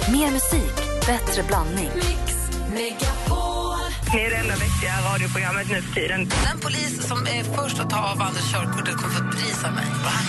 Mer musik, bättre blandning. Mix Megapol. Ni är det enda vettiga radioprogrammet nu för tiden. Den polis som är först att ta av Anders körkortet kommer få ett pris av mig.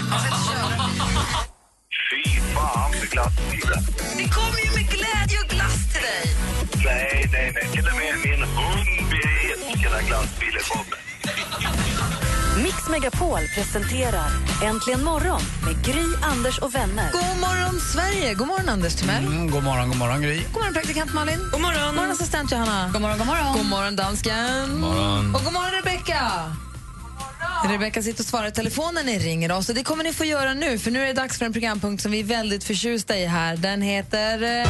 Fy fan för glassbilen. Det kommer ju med glädje och glass till dig. Nej. Till och med min hund älskar när glassbilen kommer. Mix Megapol presenterar Äntligen morgon med Gry, Anders och vänner. God morgon Sverige, god morgon Anders Timell. God morgon Gry. God morgon praktikant Malin. God morgon. God morgon assistent Johanna. God morgon. God morgon dansken. God morgon. Och god morgon Rebecka. Rebecka sitter och svarar i telefonen, ni ringer oss och det kommer ni få göra nu, för nu är det dags för en programpunkt som vi är väldigt förtjusta i här. Den heter...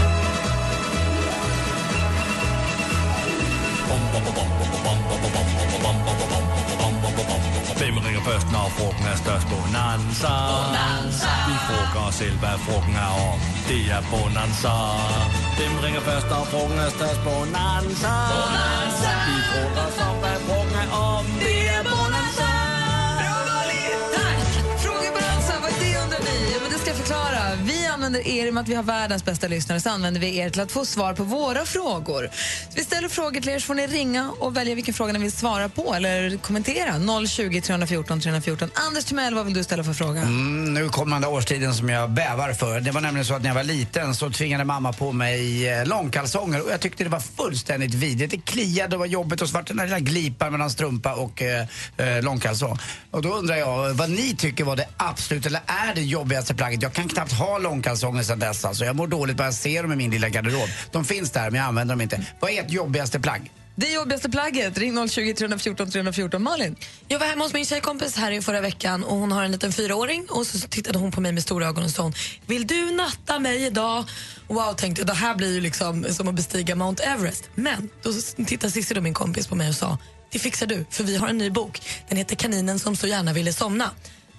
Hvem ringer først, når frugten er størst? Bonanza. Vi frågar os selv, hvad frugten er om. Det er Bonanza. Hvem ringer først, når frugten er størst? Bonanza. Vi frågar os om, hvad frugten er om. Det er Bonanza. Frågebonanza, vad är det undrar ni? Men det ska jag förklara. Vi använder er, i och med att vi har världens bästa lyssnare, så använder vi er till att få svar på våra frågor. Så vi ställer frågor till er, så får ni ringa och välja vilken fråga ni vill svara på eller kommentera. 020 314 314. Anders Timell, vad vill du ställa för fråga? Nu kommer den där årstiden som jag bävar för. Det var nämligen så att när jag var liten så tvingade mamma på mig långkalsonger och jag tyckte det var fullständigt vidrigt. Det kliade och var jobbigt och så var den där lilla glipan mellan strumpa och långkalsong. Och då undrar jag vad ni tycker var det absolut, eller är det jobbigaste plagget? Jag kan knappt ha långkalsonger sedan dess. Alltså. Jag mår dåligt bara jag ser dem i min lilla garderob. De finns där men jag använder dem inte. Vad är ert jobbigaste plagg? Det jobbigaste plagget, ring 020 314 314. Malin? Jag var hemma hos min tjejkompis här i förra veckan och hon har en liten 4-åring och så tittade hon på mig med stora ögon och sa: vill du natta mig idag? Wow, tänkte jag, det här blir ju liksom som att bestiga Mount Everest. Men då tittade Cissi, då min kompis, på mig och sa: det fixar du, för vi har en ny bok. Den heter Kaninen som så gärna ville somna.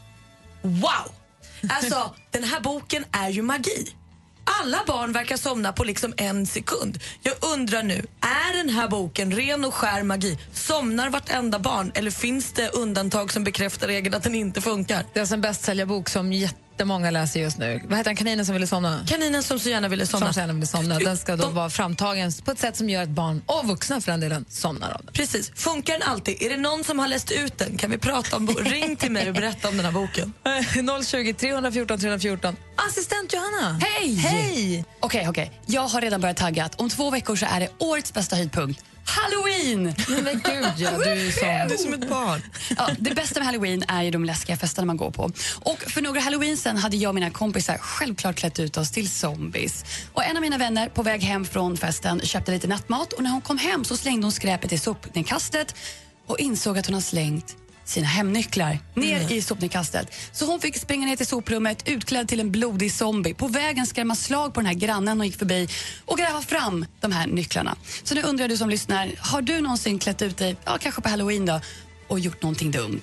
Wow! Alltså, den här boken är ju magi. Alla barn verkar somna på liksom 1 sekund. Jag undrar nu, är den här boken ren och skär magi? Somnar vartenda barn? Eller finns det undantag som bekräftar regeln att den inte funkar? Det är alltså en bästsäljarbok som jättemånga läser just nu. Vad heter den? Kaninen som ville somna? Kaninen som så gärna ville somna. Som så gärna ville somna. Den ska då vara framtagen på ett sätt som gör att barn och vuxna för den delen somnar av den. Precis. Funkar den alltid? Är det någon som har läst ut den? Kan vi prata om ring till mig och berätta om den här boken. 020 314 314. Assistent Johanna. Hej! Okej. Jag har redan börjat tagga. Om 2 veckor så är det årets bästa höjdpunkt. Halloween! Men gud, ja, du är som ett barn. Ja, det bästa med Halloween är ju de läskiga festerna man går på. Och för några Halloween sen hade jag och mina kompisar självklart klätt ut oss till zombies. Och en av mina vänner på väg hem från festen köpte lite nattmat och när hon kom hem så slängde hon skräpet i sopnedkastet och insåg att hon har slängt sina hemnycklar ner i sopnedkastet. Så hon fick springa ner till soprummet utklädd till en blodig zombie. På vägen skrämma slag på den här grannen hon gick förbi och gräva fram de här nycklarna. Så nu undrar du som lyssnar, har du någonsin klätt ut dig, kanske på Halloween då, och gjort någonting dumt?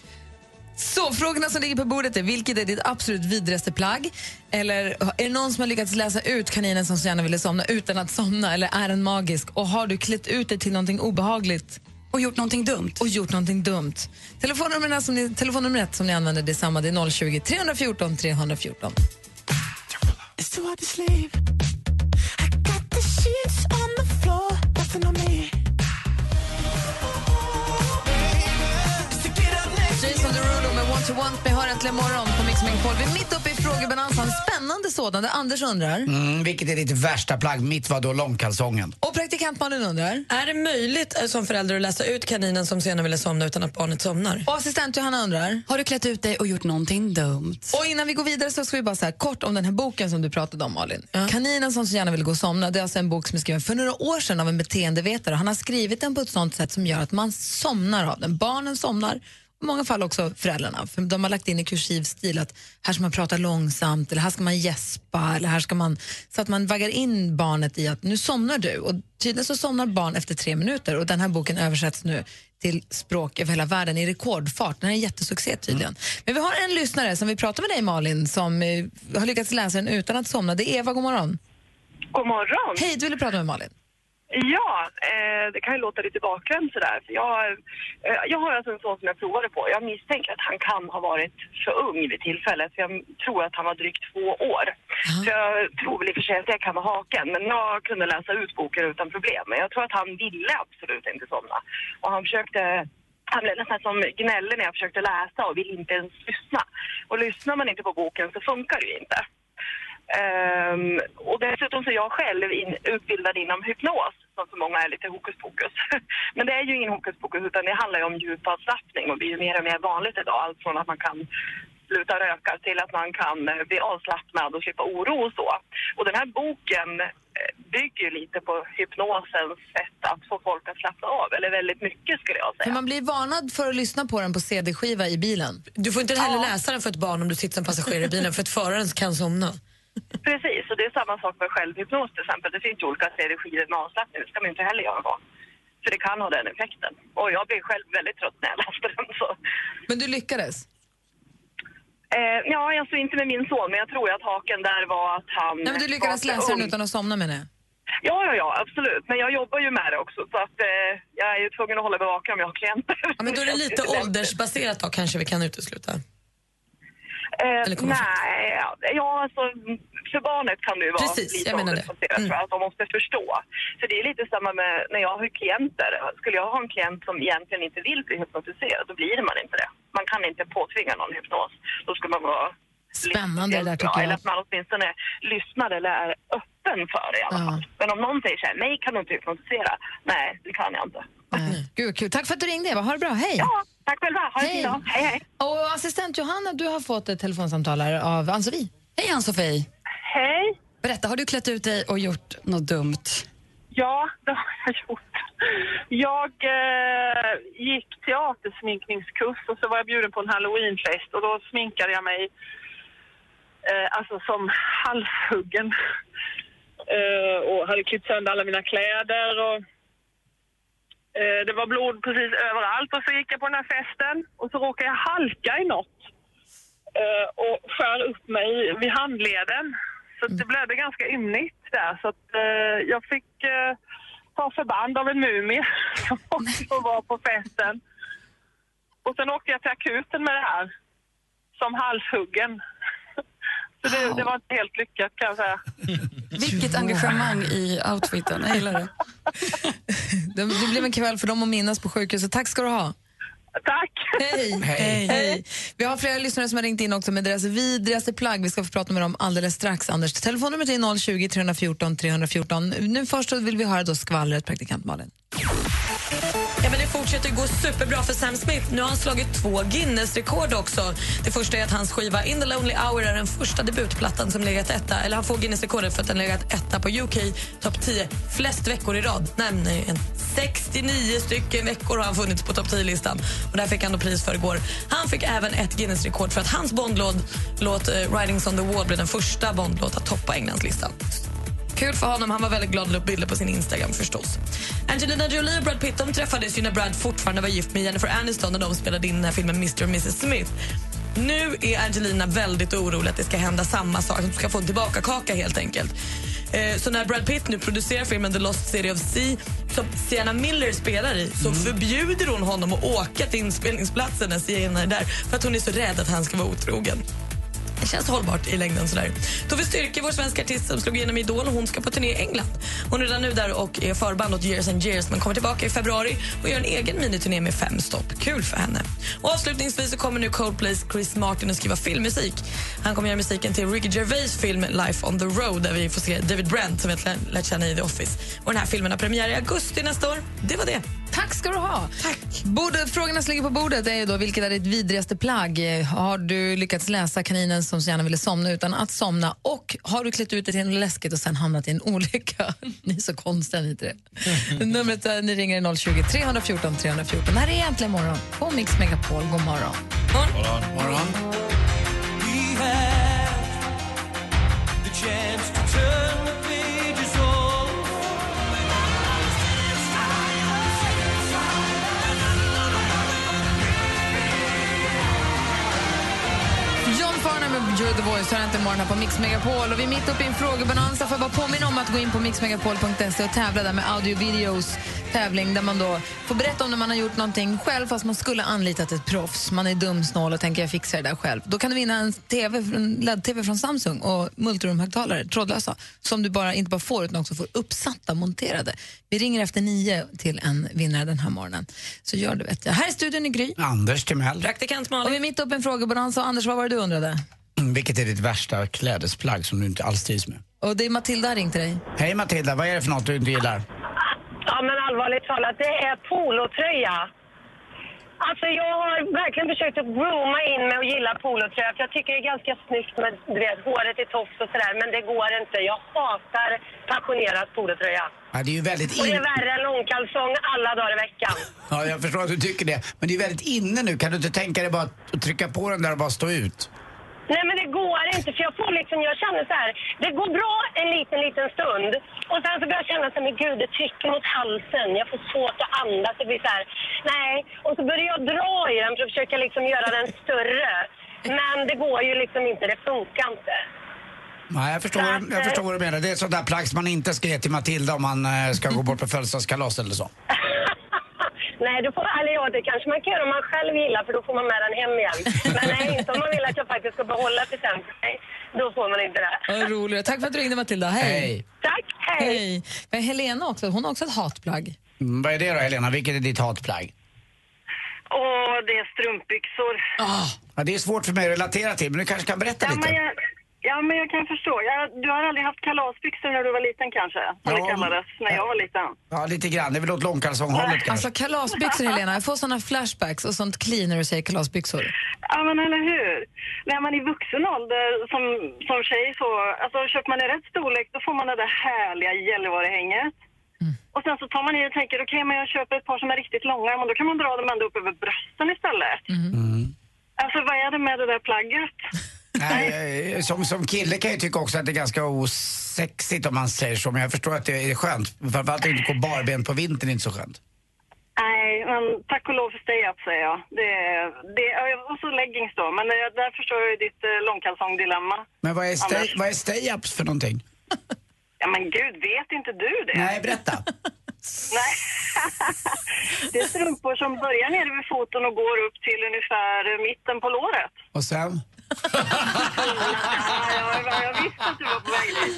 Så frågorna som ligger på bordet är: vilket är ditt absolut vidrigaste plagg? Eller är det någon som har lyckats läsa ut Kaninen som så gärna ville somna utan att somna? Eller är den magisk? Och har du klätt ut dig till någonting obehagligt? Och gjort någonting dumt. Telefonnumret som ni använder, det är samma, det är 020 314 314. Jason Derulo med Want to Want med Hör äntligen morgon på Mix Megapol. Vi är mitt uppe i frågebonanzan, spännande sådan, där Anders undrar. Vilket är ditt värsta plagg? Mitt var då långkalsongen. Och praktikant Malin undrar. Är det möjligt som förälder att läsa ut Kaninen som senare ville somna utan att barnet somnar? Och assistent Johanna undrar. Har du klätt ut dig och gjort någonting dumt? Och innan vi går vidare så ska vi bara säga kort om den här boken som du pratade om, Malin. Ja. Kaninen som så gärna vill gå och somna, det är alltså en bok som är skriven för några år sedan av en beteendevetare. Han har skrivit den på ett sånt sätt som gör att man somnar av den. Barnen somnar. I många fall också föräldrarna, för de har lagt in i kursiv stil att här ska man prata långsamt eller här ska man gäspa eller här ska man, så att man vaggar in barnet i att nu somnar du, och tydligen så somnar barn efter 3 minuter, och den här boken översätts nu till språk över hela världen i rekordfart. Den är en jättesuccé tydligen. Men vi har en lyssnare som vi pratar med dig, Malin, som har lyckats läsa den utan att somna. Det är Eva, god morgon. God morgon. Hej, du ville prata med Malin. Ja, det kan ju låta lite bakvänt sådär. För jag har alltså en sån som jag provade på. Jag misstänker att han kan ha varit för ung vid tillfället. För jag tror att han var drygt 2 år. Så jag tror väl i och för sig att det kan vara haken. Men jag kunde läsa ut boken utan problem. Men jag tror att han ville absolut inte somna. Och han blev nästan som gnäller när jag försökte läsa och ville inte ens lyssna. Och lyssnar man inte på boken så funkar det ju inte. Och dessutom så är jag själv utbildad inom hypnos, som för många är lite hokus pokus. Men det är ju ingen hokus pokus, utan det handlar ju om djupavslappning och blir ju mer och mer vanligt idag. Allt från att man kan sluta röka till att man kan bli avslappnad och slippa oro och så. Och den här boken bygger ju lite på hypnosens sätt att få folk att slappna av, eller väldigt mycket skulle jag säga. Men man blir varnad för att lyssna på den på CD-skiva i bilen. Du får inte heller läsa den för ett barn om du sitter som passagerare i bilen, för att föraren kan somna. Precis, och det är samma sak med självhypnos till exempel. Det finns ju olika CD-skivor med avslappning, det ska man inte heller göra då. För det kan ha den effekten. Och jag blev själv väldigt trött när jag läste den. Så. Men du lyckades? Ja, alltså inte med min son, men jag tror att haken där var att han... Nej, men du lyckades läsa den utan att somna med det? Ja, absolut. Men jag jobbar ju med det också, så att jag är ju tvungen att hålla bevaka om jag har klienter. Ja, men då är det lite åldersbaserat då, kanske vi kan utesluta? Nej, alltså för barnet kan det ju vara lite åldersbaserat, för att de måste förstå. För det är lite samma med när jag har klienter. Skulle jag ha en klient som egentligen inte vill bli hypnotiserad, då blir man inte det. Man kan inte påtvinga någon hypnos. Då ska man vara spännande där, tycker jag. Eller att man åtminstone lyssnar eller är öppen för det i alla fall. Men om någon säger så här, nej, kan du inte hypnotisera? Nej, det kan jag inte. Gud, kul. Tack för att du ringde, Eva. Ha det bra. Hej! Ja, tack själva. Ha det fint då. Hej, hej. Och assistent Johanna, du har fått ett telefonsamtal här av Ann-Sofie. Hej Ann-Sofie. Hej. Berätta, har du klätt ut dig och gjort något dumt? Ja, det har jag gjort. Jag gick teatersminkningskurs och så var jag bjuden på en halloweenfest och då sminkade jag mig alltså som halshuggen och hade klippt sönder alla mina kläder och det var blod precis överallt och så gick jag på den här festen och så råkade jag halka i något och skär upp mig vid handleden. Så det blev det ganska ymnigt där, så att jag fick ta förband av en mumie som var på festen. Och sen åkte jag till akuten med det här som halshuggen. Så det var inte helt lyckat, kan jag säga. Vilket engagemang i outfiten, jag gillar det. Det blev en kväll för dem att minnas på sjukhuset. Tack ska du ha. Tack. Hej. Vi har flera lyssnare som har ringt in också med deras vidrigaste plagg. Vi ska få prata med dem alldeles strax, Anders. Telefonnumret är 020 314 314. Nu först vill vi höra då skvallret, praktikant Malin. Ja, men det fortsätter gå superbra för Sam Smith. Nu har han slagit 2 Guinness-rekord också. Det första är att hans skiva In the Lonely Hour är den första debutplattan som legat etta. Eller han får Guinness-rekordet för att den legat etta på UK topp 10 flest veckor i rad. Nämligen 69 stycken veckor har han funnits på topp 10-listan. Och där fick han då pris för igår. Han fick även ett Guinness-rekord för att hans Bond-låt Writings on the Wall blev den första Bond-låt att toppa Englandslistan. Kul för honom, han var väldigt glad att upp bilder på sin Instagram förstås. Angelina Jolie och Brad Pitt, de träffades ju när Brad fortfarande var gift med Jennifer Aniston när de spelade in den här filmen Mr. och Mrs. Smith. Nu är Angelina väldigt orolig att det ska hända samma sak, att de ska få en tillbaka kaka helt enkelt. Så när Brad Pitt nu producerar filmen The Lost City of Sea som Sienna Miller spelar i, så förbjuder hon honom att åka till inspelningsplatsen när Sienna är där för att hon är så rädd att han ska vara otrogen. Det känns hållbart i längden sådär. Tove Styrke, vår svenska artist som slog igenom Idol, hon ska på turné i England. Hon är redan nu där och är förband åt Years and Years, men kommer tillbaka i februari och gör en egen miniturné med 5 stopp. Kul för henne. Och avslutningsvis så kommer nu Coldplays Chris Martin att skriva filmmusik. Han kommer göra musiken till Ricky Gervais film Life on the Road, där vi får se David Brent som vi lärt känna i The Office. Och den här filmen har premiär i augusti nästa år. Det var det. Tack ska du ha. Tack. Frågorna som ligger på bordet är ju då, vilket är ditt vidrigaste plagg? Har du lyckats läsa Kaninen som så gärna ville somna utan att somna? Och har du klätt ut dig till något läskigt och sen hamnat i en olycka? Ni är så konstiga, ni inte det. Numret är, ni ringer är 020 314 314. Det här är Äntligen morgon på Mix Megapol. God morgon. God morgon. John Farnham med You're the Voice har inte morgon här på Mix Megapol och vi är mitt uppe i en frågebonanza. För att bara påminna om att gå in på mixmegapol.se och tävla där med audio-videos tävling där man då får berätta om när man har gjort någonting själv fast man skulle anlitat ett proffs. Man är dumsnål och tänker jag fixar det där själv. Då kan du vinna en LED-TV från Samsung och multirumhögtalare, trådlösa, som du inte bara får utan också får uppsatta, monterade. Vi ringer efter 9 till en vinnare den här morgonen. Så gör det, vet jag. Här i studion i Gry. Anders Timell. Praktikant Malin. Och vi är mitt uppe en frågebalans. Och Anders, vad var det du undrade? Vilket är ditt värsta klädesplagg som du inte alls trivs med? Och det är Matilda har ringt till dig. Hej Matilda, vad är det för något du inte gillar? Ja, men allvarligt talat, det är polotröja. Alltså jag har verkligen försökt att grooma in mig och gilla polotröja. För jag tycker det är ganska snyggt med håret i tofs och sådär. Men det går inte. Jag hatar passionerat polotröja. Ja, det är ju väldigt Och det är värre än långkalsong alla dagar i veckan. Ja, jag förstår att du tycker det. Men det är väldigt inne nu. Kan du inte tänka dig bara att trycka på den där och bara stå ut? Nej, men det går inte, för jag känner så här, det går bra en liten stund och sen så börjar jag känna så här, men gud, det trycker mot halsen, jag får svårt att andas, det blir så här, nej, och så börjar jag dra i den för att försöka liksom göra den större, men det går ju liksom inte, det funkar inte. Nej, jag förstår vad du menar. Det är sånt där plagg som man inte ska ge till Matilda om man ska gå bort på födelsedagskalas eller så. Nej, det kanske man kan göra om man själv gillar, för då får man med den hem igen. Men nej, inte om man vill att jag faktiskt ska behålla presenten. Nej, då får man inte det. Vad roligt. Tack för att du ringde, Matilda. Hej. Tack, hej. Men Helena också, hon har också ett hatplagg. Vad är det då, Helena? Vilket är ditt hatplagg? Det är strumpbyxor. Ja, det är svårt för mig att relatera till, men du kanske kan berätta lite. Men jag kan förstå. Du har aldrig haft kalasbyxor när du var liten kanske? Som det kallades när jag var liten. Ja, lite grann. Det är väl åt långkalsonghållet kanske. Alltså kalasbyxor, Helena. Jag får såna flashbacks och sånt clean när du säger kalasbyxor. Ja, men eller hur? När man är i vuxen ålder som tjej så... Alltså köper man i rätt storlek då får man det där härliga Gällivare-hänget. Och sen så tar man i och tänker okej, men jag köper ett par som är riktigt långa. Men då kan man dra dem ända upp över brösten istället. Alltså vad är det med det där plagget? Nej, som kille kan jag tycka också att det är ganska osexigt om man säger så, men jag förstår att det är skönt. Framförallt att inte gå barben på vintern är inte så skönt. Nej, men tack och lov för stay-up säger jag. Och så leggings då, men där förstår jag ju ditt långkalsongdilemma. Men vad är stay-ups för någonting? Ja men gud, vet inte du det? Nej, berätta. Nej, det är strumpor som börjar nere vid foten och går upp till ungefär mitten på låret. Och sen? Jag visste att du var på väg dit.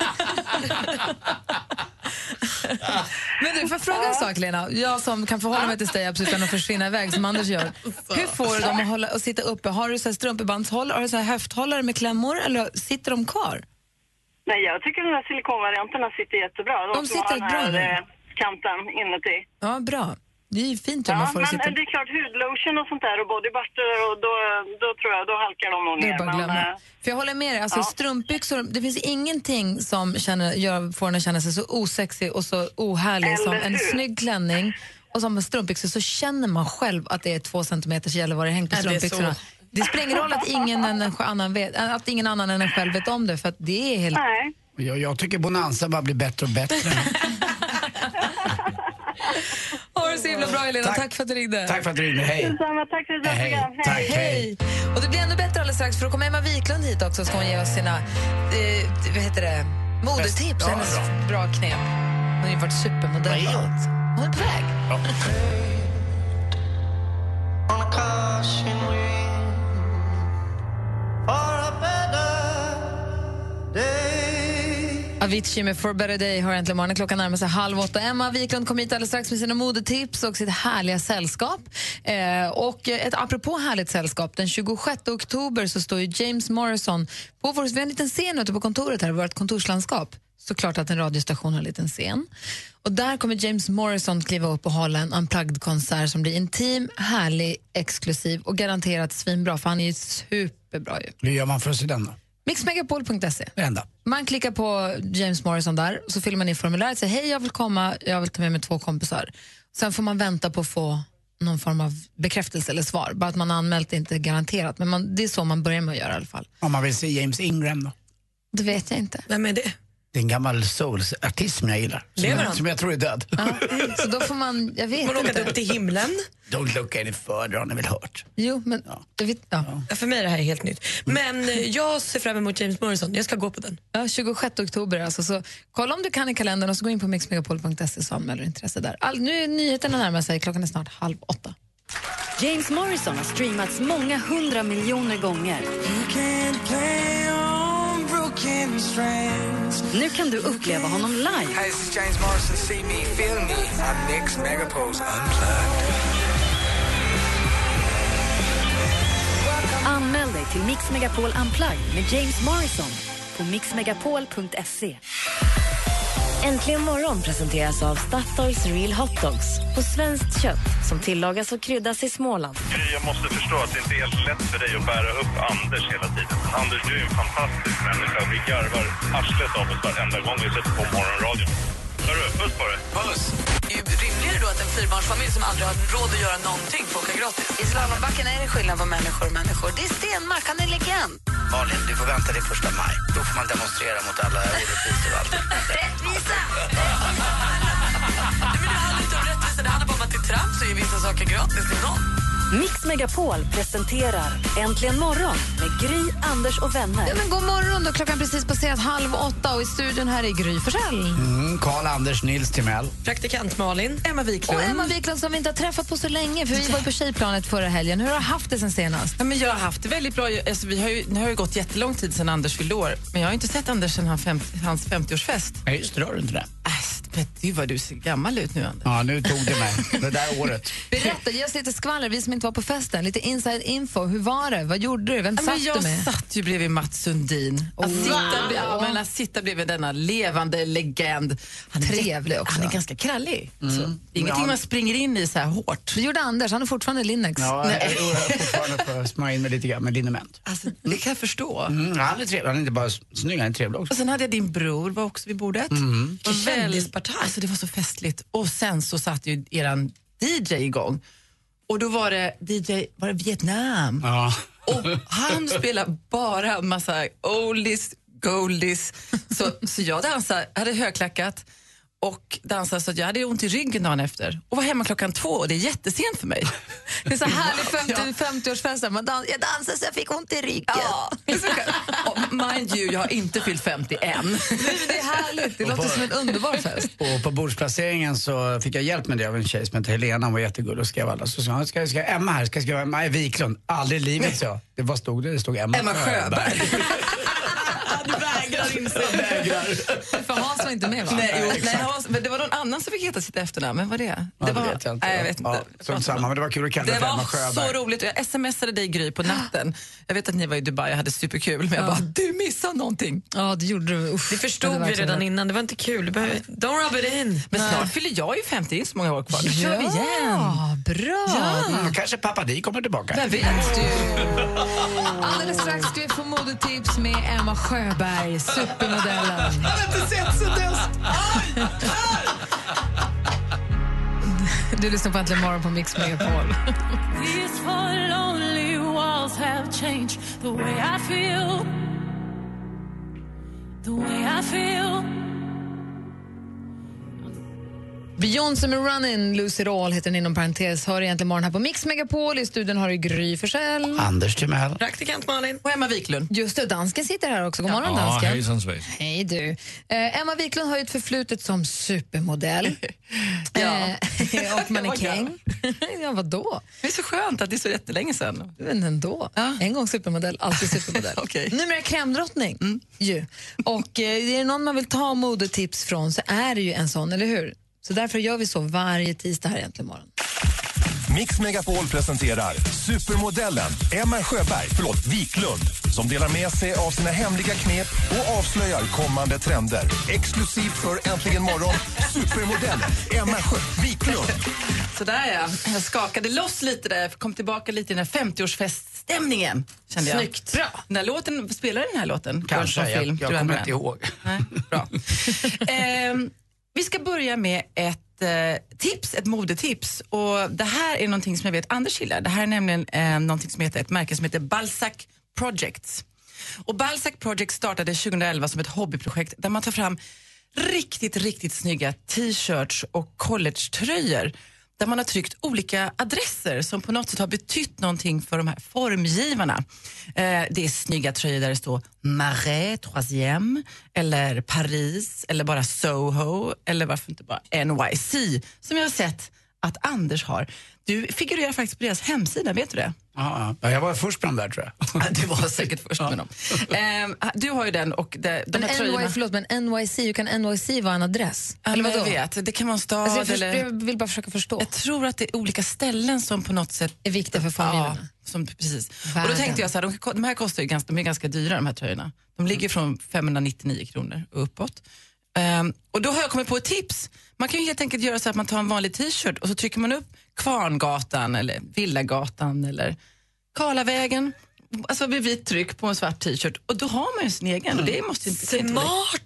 Men du, får fråga en sak, Lena. Jag som kan förhålla mig till stay-ups utan att försvinna iväg som Anders gör. Hur får du dem att sitta uppe? Har du så här strumpebandshåll, har du så här höfthållare med klämmor eller sitter de kvar? Nej, jag tycker de här silikonvarianterna sitter jättebra. De sitter bra nu. Kanten inuti. Ja, bra. Det är ju fint om man får men sitta. det är klart, hudlotion och sånt där och body butter och då tror jag, då halkar de nog ner. För jag håller med dig, alltså strumpbyxor, det finns ingenting som får en att känna sig så osexig och så ohärlig som en snygg klänning. Och som med strumpbyxor så känner man själv att det är 2 centimeters Gällivare-häng på strumpbyxorna. Det spelar ingen roll att ingen annan än en själv vet om det, för att det är helt... Nej. Jag tycker Bonanza bara blir bättre och bättre. Ha det så himla bra, Helena. Tack för att du ringde. Tack för att du ringde. Hej. Detsamma. Tack för att du ringde. Tack, hej. Och det blir ännu bättre alldeles strax, för då kommer Emma Wiklund hit också. Ska hon ge oss sina modetips. Hennes bra knep. Hon har ju varit supermodell. Hon är på väg. Ja. Avicii med For Better Day har äntligen morgonen. Klockan närmar sig 7:30. Emma Wiklund kom hit alldeles strax med sina modetips och sitt härliga sällskap. Och apropå härligt sällskap, den 26 oktober så står ju James Morrison på vi har en liten scen ute på kontoret här, vårt kontorslandskap. Såklart att en radiostation har en liten scen. Och där kommer James Morrison kliva upp och hålla en unplugged-konsert som blir intim, härlig, exklusiv och garanterat svinbra, för han är ju superbra ju. Hur gör man för att se den då? Mixmegapol.se. Det enda. Man klickar på James Morrison där och så fyller man i formuläret och säger hej, jag vill komma, jag vill ta med mig 2 kompisar. Sen får man vänta på att få någon form av bekräftelse eller svar. Bara att man har anmält är inte garanterat, men det är så man börjar med att göra i alla fall. Om man vill se James Ingram då? Det vet jag inte. Vem är det? Det är en gammal soul-artist som jag gillar. Som jag tror är död. Ja, så då får man, jag vet man inte. åka upp till himlen. Don't look any further, har ni väl hört? Jo, men jag vet, För mig är det här helt nytt. Men jag ser fram emot James Morrison. Jag ska gå på den. 26 oktober alltså. Så kolla om du kan i kalendern och så gå in på mixmegapol.se så anmäler du intresse där. Nu är nyheterna närmar sig. Klockan är snart 7:30. James Morrison har streamats många 100 miljoner gånger. Nu kan du uppleva honom live. Hey, this is James Morrison. See me, feel me. On Mix Megapols Unplugged. Anmäl dig till Mix Megapol Unplugged med James Morrison på mixmegapol.se. Äntligen morgon presenteras av Statoils Real Hot Dogs på svenskt kött som tillagas och kryddas i Småland. Jag måste förstå att det inte är helt lätt för dig att bära upp Anders hela tiden. Anders, du är en fantastisk människa. Vi garvar arslet av oss varenda gång vi sätter på morgonradion. Hörru, puss på det. Puss. Det är ju rimligare då att en fyrbarnsfamilj som aldrig har råd att göra någonting får åka gratis. I slalombacken är det skillnad på människor och människor. Det är Stenmark, han är legend. Malin, du får vänta till 1 maj. Då får man demonstrera mot alla orättvisor och allt. Rättvisa! Men det handlar inte om rättvisa, det handlar bara om att det är trams och ger vissa saker gratis till någon. Mix Megapol presenterar Äntligen morgon med Gry, Anders och vänner. Ja, men god morgon då, klockan precis passerat 7:30 och i studion här är Gry Forssell. Karl Anders Nils Timell. Praktikant Malin. Emma Wiklund. Och Emma Wiklund som vi inte har träffat på så länge, för vi var på Tjejplanet förra helgen. Hur har du haft det sen senast? Ja, men jag har haft det väldigt bra. Alltså, det har ju gått jättelång tid sedan Anders fyllde år, men jag har inte sett Anders sedan hans 50-årsfest. Nej, just det, har du inte det? Men du, vad du ser gammal ut nu, Anders. Ja, nu tog det mig. Det där året. Berätta, ge oss lite skvaller, vi som inte var på festen. Lite inside info. Hur var det? Vad gjorde du? Vem satt du med? Jag satt ju bredvid Mats Sundin. Att sitta bredvid denna levande legend. Han är trevlig också. Han är ganska krallig. Så, ingenting man springer in i så här hårt. Det gjorde Anders, han är fortfarande Linnex. Ja, jag är fortfarande för att smörja in med lite grann med liniment. Alltså, det kan jag förstå. Han är trevlig, han är inte bara snygg, han är trevlig också. Och sen hade jag din bror var också vid bordet. Alltså det var så festligt. Och sen så satt ju eran DJ igång. Och då var det Vietnam. Ja. Och han spelar bara massa oldies, goldies. Så jag dansade, hade högklackat och dansade så att jag hade ont i ryggen dagen efter. Och var hemma 2:00 och det är jättesent för mig. Det är så härlig 50-årsfest. Jag dansade så jag fick ont i ryggen. Ja. Och mind you, jag har inte fyllt 50 än. Nej, men det är härligt, det låter som en underbar fest. Och på bordsplaceringen så fick jag hjälp med det av en tjej som heter Helena. Hon var jättegullig och skrev alla. Så sa hon, ska Emma här, ska skriva Emma Wiklund. Aldrig i livet så. Det stod det? Det stod Emma Sjöberg. Du vägrar inse. För Hans var inte med, va? Nej, men det var någon annan som fick heta sitt efternamn. Men vad det? Ja, det vet jag inte. Nej, jag vet inte. Ja, samma, men det var kul att kalla det för Emma Sjöberg. Det var så roligt. Jag smsade dig, Gry, på natten. Jag vet att ni var i Dubai och hade superkul, men jag bara, du missade någonting. Ja, det gjorde du. Det förstod vi redan innan. Det var inte kul. Don't rub it in. Men snart fyller jag ju 50, inte så många år kvar. Då kör vi igen. Ja, bra. Ja. Kanske pappa Di kommer tillbaka. Men vet du. Alldeles strax ska vi få modetips med Emma Sjöberg, supermodellen. Jag har inte sett så dess. Du lyssnar på Äntligen morgon på Mix Megapol. These four lonely walls have changed the way I feel. The way I feel. Beyoncé med Runnin', Lucy Roll heter den inom parentes. Hör egentligen morgon här på Mix Megapol. I studion har du Gry Forssell. Anders Timell. Praktikant Malin. Och Emma Wiklund. Just det, dansken sitter här också. God morgon, dansken. Hejsan svejs. Hej du. Emma Wiklund har ju ett förflutet som supermodell. Och mannekäng. Ja, vadå? Det är så skönt att det är så jättelänge sedan. Men ändå. En gång supermodell, alltid supermodell. Okay. Numera krämdrottning. Och är det någon man vill ta modetips från så är det ju en sån, eller hur? Så därför gör vi så varje tisdag här egentligen morgon. Mix Megapol presenterar supermodellen Emma Wiklund som delar med sig av sina hemliga knep och avslöjar kommande trender. Exklusivt för Äntligen morgon, supermodellen Emma Wiklund. Så där ja, jag skakade loss lite där, kom tillbaka lite i den här 50-årsfeststämningen. Kände jag. Snyggt. Bra. Den här låten, spelar den här låten? Kanske, jag kommer inte ihåg. Nej, bra. Vi ska börja med ett modetips. Och det här är någonting som jag vet Anders gillar. Det här är nämligen någonting som heter ett märke som heter Balzac Projects. Och Balzac Project startade 2011 som ett hobbyprojekt där man tar fram riktigt snygga t-shirts och collegetröjor där man har tryckt olika adresser som på något sätt har betytt någonting för de här formgivarna. Det är snygga tröjor där det står Marais, Troisième, eller Paris, eller bara Soho, eller varför inte bara NYC, som jag har sett att Anders har. Du figurerar faktiskt på deras hemsida, vet du det? Ja, jag var först med dem där, tror jag. Du var säkert först med dem. Du har ju den och de här tröjorna. Förlåt, men NYC, hur kan NYC vara en adress? Eller vadå? Jag vet, det kan vara en stad jag vill bara försöka förstå. Jag tror att det är olika ställen som på något sätt är viktiga för familjerna. Ja, precis. Och då tänkte jag så här, de här kostar ju de är ganska dyra, de här tröjorna. De ligger från 599 kronor och uppåt. Och då har jag kommit på ett tips. Man kan ju helt enkelt göra så att man tar en vanlig t-shirt och så trycker man upp Kvarngatan eller Villagatan eller Karlavägen, alltså med vitt tryck på en svart t-shirt, och då har man ju sin egen. Och det måste inte smart,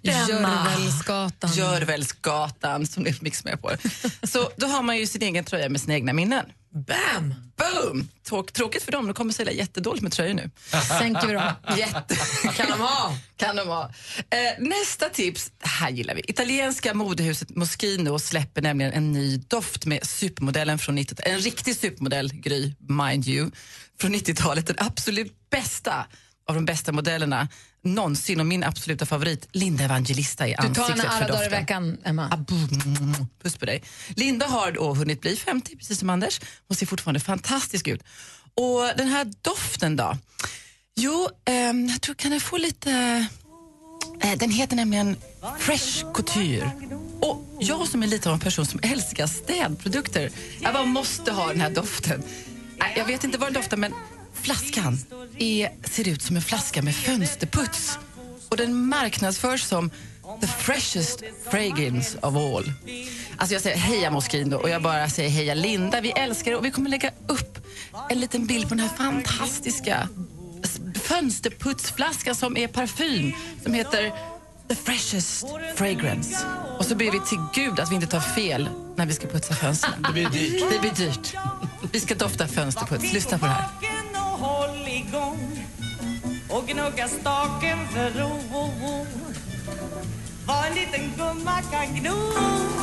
Görvälsgatan som det är Mix med på. Så då har man ju sin egen tröja med sina egna minnen. Bam! Boom! Tråkigt för dem, de kommer sälja jättedåligt med tröjor nu. Sänker vi dem. Kan de ha. Nästa tips, det här gillar vi. Italienska modehuset Moschino släpper nämligen en ny doft med supermodellen från 90-talet. En riktig supermodell, Gry, mind you, från 90-talet. Den absolut bästa av de bästa modellerna någonsin, och min absoluta favorit, Linda Evangelista i ansiktet för doften. Du tar henne alla dagar i veckan, Emma. Puss på dig. Linda har då hunnit bli 50, precis som Anders. Hon ser fortfarande fantastisk ut. Och den här doften då? Jo, jag tror kan jag få lite... den heter nämligen Fresh Couture. Och jag som är lite av en person som älskar städprodukter, jag bara måste ha den här doften. Jag vet inte vad den doftar, men flaskan ser ut som en flaska med fönsterputs. Och den marknadsförs som the freshest fragrance of all. Alltså jag säger heja Moschino och jag bara säger heja Linda. Vi älskar det och vi kommer lägga upp en liten bild på den här fantastiska fönsterputsflaskan som är parfym, som heter the freshest fragrance. Och så ber vi till Gud att vi inte tar fel när vi ska putsa fönstren. Det blir dyrt. Det blir dyrt. Vi ska dofta fönsterputs. Lyssna på det här. Håll igång och gnugga staken för ro. Vad en liten gumma kan gno.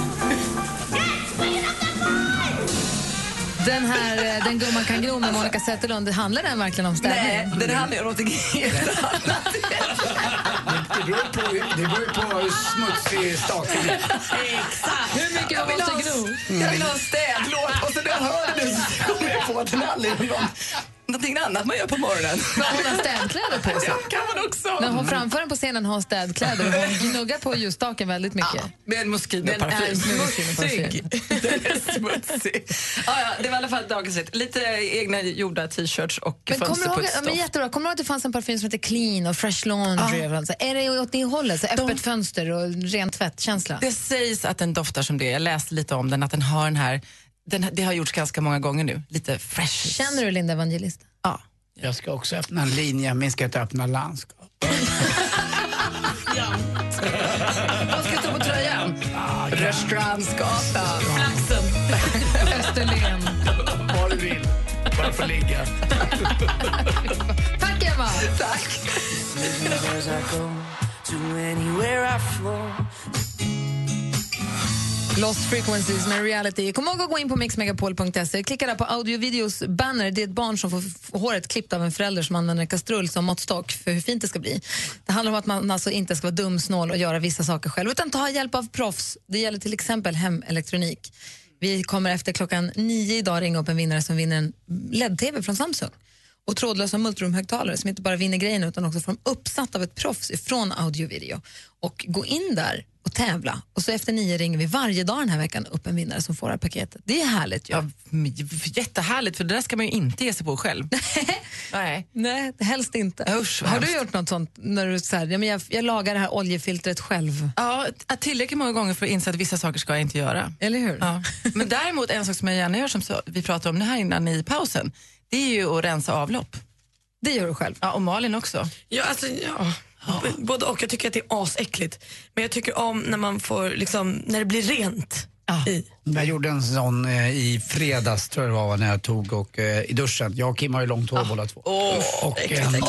Den gumman kan gro med Monica Zetterlund, handlar den verkligen om städning? Nej, den handlar om någonting helt annat. Det beror på hur smutsig staken är. Exakt. Hur mycket jag måste gro? Jag vill ha en städlåt och så när jag hör det så kommer jag på att den handlar om någonting annat man gör på morgonen. Men hon har städkläder på sig. Det kan man också. När hon framför den på scenen har hon städkläder och hon gnuggar på ljusstaken väldigt mycket. Ja, med en Moschino-parfym. Den är smutsig. Det var i alla fall dagens rätt. Lite egna gjorda t-shirts och fönsterputsstoff. Men jättebra. Kommer du ihåg att det fanns en parfym som heter Clean och Fresh Laundry? Är det åt det hållet? Så öppet fönster och rent tvättkänsla? Det sägs att den doftar som det. Jag läste lite om den, att den har den här... Det har gjorts ganska många gånger nu. Lite fresh. Känner du Linda Evangelista? Ja. Jag ska också öppna en linje. Min ska inte öppna landskap. Vad ska stå på tröjan? Rörstrandsgatan. Flaxen. Österlen. Vad du vill. Bara få ligga. Tack, Emma. Tack. Lost Frequencies med Reality. Kom ihåg att gå in på mixmegapol.se. Klicka där på audio-videos banner. Det är ett barn som får håret klippt av en förälder som använder en kastrull som måttstock för hur fint det ska bli. Det handlar om att man alltså inte ska vara dumsnål och göra vissa saker själv, utan ta hjälp av proffs. Det gäller till exempel hemelektronik. Vi kommer efter 9:00 idag ringa upp en vinnare som vinner en LED-TV från Samsung. Och trådlösa multirumhögtalare som inte bara vinner grejen utan också får dem uppsatt av ett proffs från audio-video. Och gå in där och tävla. Och så efter 9 ringer vi varje dag den här veckan upp en vinnare som får det här paketet. Det är härligt ju. Ja, jättehärligt, för det där ska man ju inte ge sig på själv. Nej, helst inte. Usch, har du gjort något sånt när du säger, jag lagar det här oljefiltret själv? Ja, tillräckligt många gånger för att inse att vissa saker ska jag inte göra. Eller hur? Ja. Men däremot en sak som jag gärna gör, som vi pratar om det här innan i pausen, det är ju att rensa avlopp. Det gör du själv? Ja, och Malin också. Ja, alltså, både och. Jag tycker att det är asäckligt. Men jag tycker om när man får, liksom, när det blir rent. Jag gjorde en sån i fredags tror jag det var när jag tog och i duschen. Jag och Kim har ju långt hår båda två. Och det har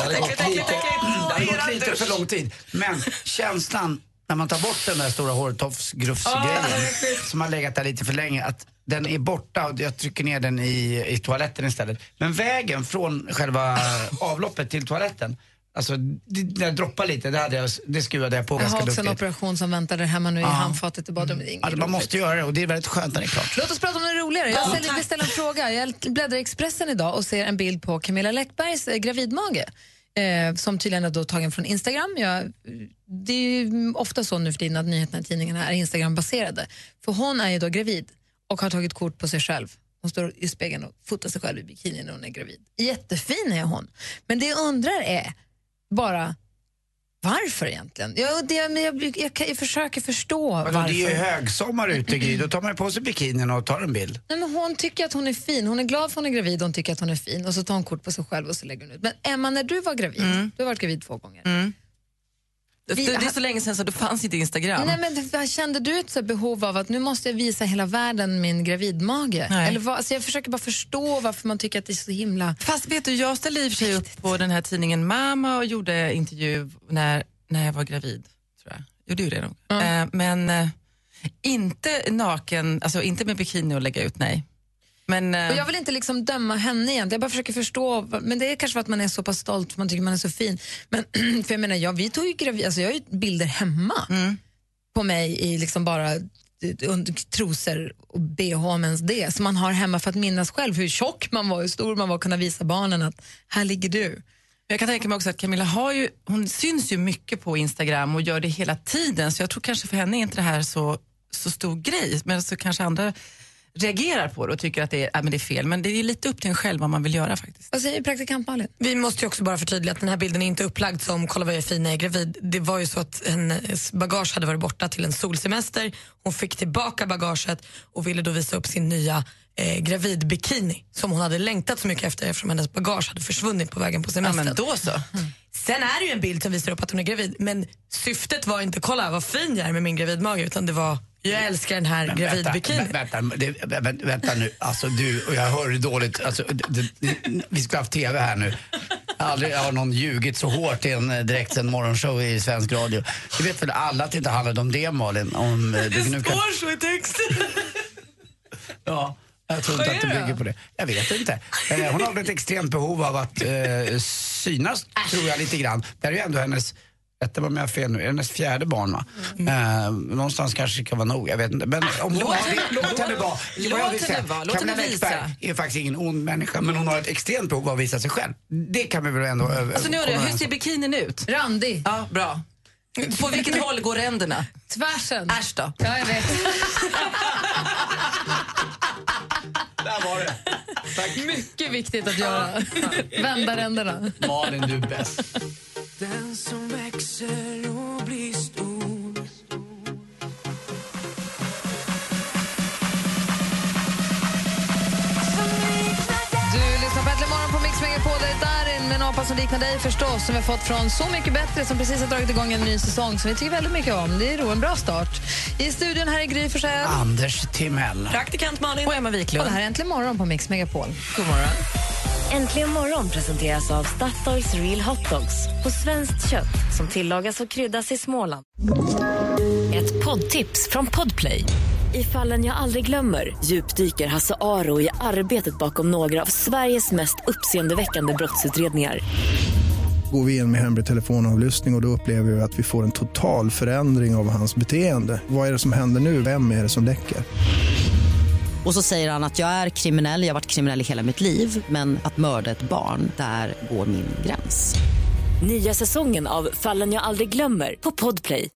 gått lite för lång tid. Men känslan när man tar bort den där stora hårtofsgrufsgrejen som har legat där lite för länge, att den är borta och jag trycker ner den i toaletten istället. Men vägen från själva avloppet till toaletten, alltså det droppar lite, det skruvade jag på ganska duktigt. Jag har också en operation som väntar där hemma nu i handfatet i badrummet. Man måste göra det och det är väldigt skönt när det är klart. Låt oss prata om det roligare. Jag vill ställa en fråga. Jag bläddrar i Expressen idag och ser en bild på Camilla Läckbergs gravidmage. Som tydligen är då tagen från Instagram. Det är ju ofta så nu för tiden att nyheterna i tidningarna är Instagram-baserade. För hon är ju då gravid och har tagit kort på sig själv. Hon står i spegeln och fotar sig själv i bikini när hon är gravid. Jättefin är hon. Men det jag undrar är bara varför egentligen? Jag försöker förstå varför. Det är ju högsommar ute, Gry. Då tar man på sig bikinin och tar en bild. Nej, men hon tycker att hon är fin. Hon är glad för hon är gravid och hon tycker att hon är fin. Och så tar hon kort på sig själv och så lägger hon ut. Men Emma, när du var gravid, du har varit gravid 2 gånger. Det är så länge sedan så det fanns inte Instagram. Nej, men kände du ett så behov av att nu måste jag visa hela världen min gravidmage? Eller alltså jag försöker bara förstå varför man tycker att det är så himla... Fast vet du, jag ställde i och för sig upp på den här tidningen Mama och gjorde intervju när jag var gravid, tror jag. Gjorde ju det nog. Men inte naken, alltså inte med bikini och lägga ut, nej. Men, och jag vill inte liksom döma henne igen. Jag bara försöker förstå, men det är kanske för att man är så pass stolt för man tycker man är så fin. Men för jag menar, vi tog ju gravid, alltså jag har ju bilder hemma på mig i liksom bara trosor och BH mens det som man har hemma för att minnas själv hur tjock man var, hur stor man var, kunna visa barnen att här ligger du. Jag kan tänka mig också att Camilla hon syns ju mycket på Instagram och gör det hela tiden, så jag tror kanske för henne är inte det här så stor grej, men så kanske andra reagerar på det och tycker att det är fel. Men det är lite upp till en själv vad man vill göra faktiskt. Vad säger praktikant Malin? Vi måste ju också bara förtydliga att den här bilden är inte upplagd som kolla vad jag är fin när jag är gravid. Det var ju så att hennes bagage hade varit borta till en solsemester. Hon fick tillbaka bagaget och ville då visa upp sin nya gravidbikini som hon hade längtat så mycket efter eftersom hennes bagage hade försvunnit på vägen på semestern. Ja, men då så. Sen är det ju en bild som visar upp att hon är gravid, men syftet var inte kolla vad fin jag är med min gravidmage, utan det var jag älskar den här gravidbikini. Vänta nu, alltså du, och jag hör det dåligt, alltså, vi ska ha haft TV här nu. Aldrig har någon ljugit så hårt i en direktsänd morgonshow i svensk radio. Det vet väl alla att det inte handlade om det, Malin. Om, det står så i texten. Ja, jag tror inte att det bygger på det. Jag vet inte. Hon har ett extremt behov av att synas, tror jag, lite grann. Det är ju ändå hennes... Detta var med fel nu. Hennes 4:e barn, va? Någonstans kanske det kan vara nog, jag vet inte. Men om hon låt henne vara. Låt henne visa. Är faktiskt ingen ond människa, men hon har ett extremt behov av att visa sig själv. Det kan vi väl ändå... Alltså nu är det, hur ser bikinin ut? Randig. Ja, bra. På vilket håll går ränderna? Tvärsen. Äsch då. Ja, jag vet. Där var det. Tack. Mycket viktigt att göra. Vända ränderna. Malin, du är bäst. Den som växer och blir stor. Du lyssnar på Äntligen morgon på Mix Megapol. Det är Darin med en apa som liknar dig förstås, som vi har fått från Så mycket bättre, som precis har dragit igång en ny säsong som vi tycker väldigt mycket om. Det är då en bra start. I studion här är Gry Forssell, Anders Timell, praktikant Malin och Emma Wiklund. Och det här är Äntligen morgon på Mix Megapol. God morgon. Äntligen morgon presenteras av Statoils Real Hot Dogs på svenskt kött som tillagas och kryddas i Småland. Ett poddtips från Podplay. I Fallen jag aldrig glömmer djupdyker Hasse Aro i arbetet bakom några av Sveriges mest uppseendeväckande brottsutredningar. Går vi in med hemlig telefonavlyssning och då upplever vi att vi får en total förändring av hans beteende. Vad är det som händer nu? Vem är det som läcker? Och så säger han att jag är kriminell, jag har varit kriminell i hela mitt liv, men att mörda ett barn, där går min gräns. Nya säsongen av Fallen jag aldrig glömmer på Podplay.